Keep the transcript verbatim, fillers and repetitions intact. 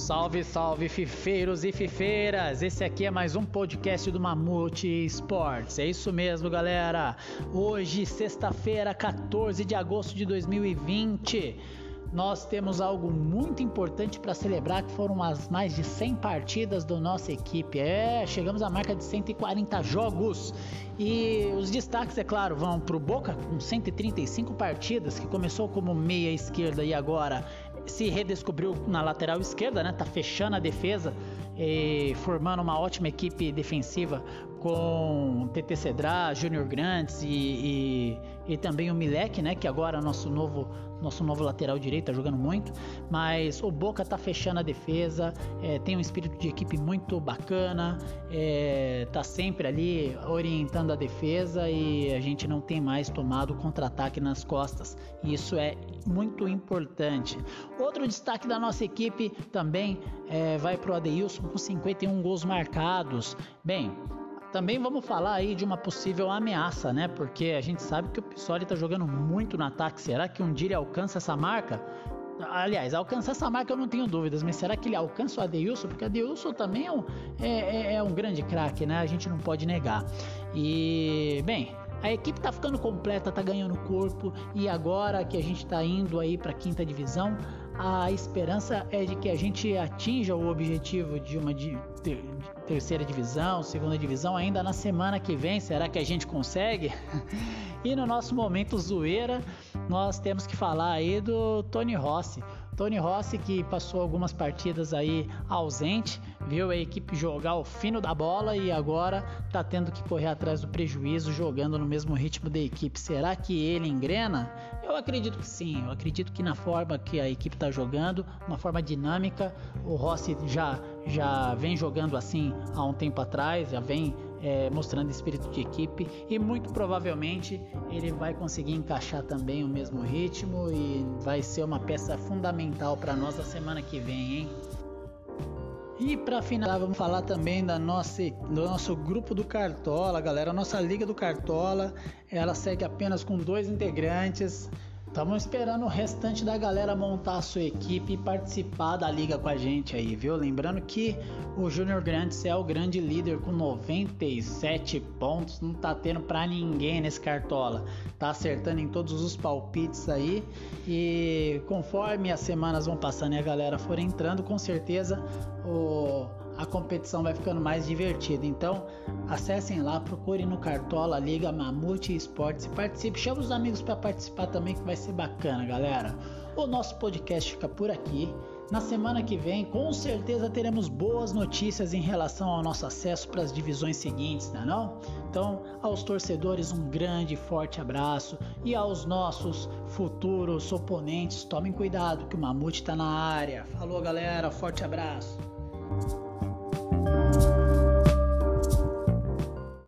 Salve, salve, fifeiros e fifeiras! Esse aqui é mais um podcast do Mamute Esportes. É isso mesmo, galera. Hoje, sexta-feira, quatorze de agosto de dois mil e vinte, nós temos algo muito importante para celebrar, que foram as mais de cem partidas da nossa equipe. É, chegamos à marca de cento e quarenta jogos. E os destaques, é claro, vão para o Boca, com cento e trinta e cinco partidas, que começou como meia esquerda e agora se redescobriu na lateral esquerda, né? Tá fechando a defesa e formando uma ótima equipe defensiva com T T Cedrá, Júnior Grandes e, e, e também o Milek, né? Que agora é nosso novo, nosso novo lateral direito, tá jogando muito. Mas o Boca tá fechando a defesa, é, tem um espírito de equipe muito bacana, é, tá sempre ali orientando a defesa e a gente não tem mais tomado contra-ataque nas costas. Isso é muito importante. Outro destaque da nossa equipe também é, vai para o Adeilson com cinquenta e um gols marcados. Bem, também vamos falar aí de uma possível ameaça, né? Porque a gente sabe que o Pissoli está jogando muito no ataque. Será que um dia ele alcança essa marca? Aliás, alcançar essa marca eu não tenho dúvidas, mas será que ele alcança o Adeilson? Porque o Adeilson também é um, é, é, é um grande craque, né? A gente não pode negar. E, bem, a equipe tá ficando completa, tá ganhando corpo, e agora que a gente tá indo aí para a quinta divisão, a esperança é de que a gente atinja o objetivo de uma de ter, de terceira divisão, segunda divisão ainda na semana que vem. Será que a gente consegue? E no nosso momento zoeira, nós temos que falar aí do Tony Rossi. Tony Rossi, que passou algumas partidas aí ausente, viu a equipe jogar o fino da bola e agora tá tendo que correr atrás do prejuízo, jogando no mesmo ritmo da equipe. Será que ele engrena? Eu acredito que sim, eu acredito que na forma que a equipe tá jogando, uma forma dinâmica, o Rossi já, já vem jogando assim há um tempo atrás, já vem É, mostrando espírito de equipe e muito provavelmente ele vai conseguir encaixar também o mesmo ritmo e vai ser uma peça fundamental para nós na semana que vem, hein? E para finalizar, vamos falar também da nossa, do nosso grupo do Cartola, galera. A nossa Liga do Cartola, ela segue apenas com dois integrantes. Estamos esperando o restante da galera montar a sua equipe e participar da liga com a gente aí, viu? Lembrando que o Júnior Grandes é o grande líder com noventa e sete pontos, não tá tendo pra ninguém nesse Cartola. Tá acertando em todos os palpites aí e conforme as semanas vão passando e a galera for entrando, com certeza o... a competição vai ficando mais divertida. Então acessem lá, procurem no Cartola Liga Mamute Esportes e participe. Chama os amigos para participar também, que vai ser bacana, galera. O nosso podcast fica por aqui. Na semana que vem, com certeza teremos boas notícias em relação ao nosso acesso para as divisões seguintes, não é não? Então, aos torcedores, um grande e forte abraço, e aos nossos futuros oponentes, tomem cuidado que o Mamute está na área. Falou, galera, forte abraço.